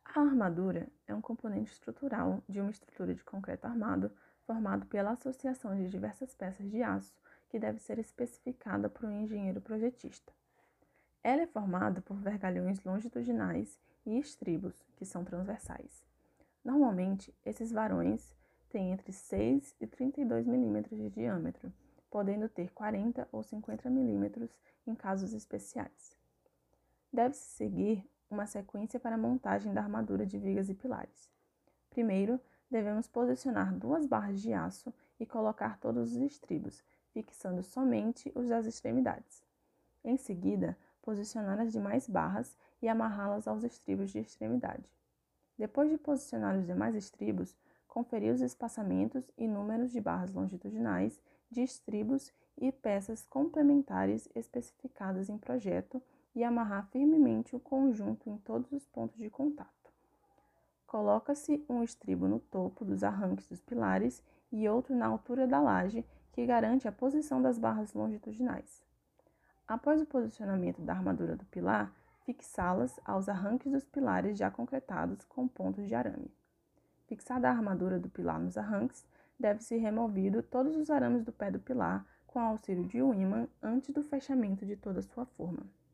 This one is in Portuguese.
A armadura é um componente estrutural de uma estrutura de concreto armado formado pela associação de diversas peças de aço que deve ser especificada por um engenheiro projetista. Ela é formada por vergalhões longitudinais e estribos, que são transversais. Normalmente, esses varões têm entre 6 e 32 milímetros de diâmetro, podendo ter 40 ou 50 milímetros em casos especiais. Deve-se seguir uma sequência para a montagem da armadura de vigas e pilares. Primeiro, devemos posicionar 2 barras de aço e colocar todos os estribos, fixando somente os das extremidades. Em seguida, posicionar as demais barras e amarrá-las aos estribos de extremidade. Depois de posicionar os demais estribos, conferir os espaçamentos e números de barras longitudinais, de estribos e peças complementares especificadas em projeto e amarrar firmemente o conjunto em todos os pontos de contato. Coloca-se um estribo no topo dos arranques dos pilares e outro na altura da laje, que garante a posição das barras longitudinais. Após o posicionamento da armadura do pilar, fixá-las aos arranques dos pilares já concretados com pontos de arame. Fixada a armadura do pilar nos arranques, deve-se removido todos os arames do pé do pilar com auxílio de um ímã antes do fechamento de toda a sua forma.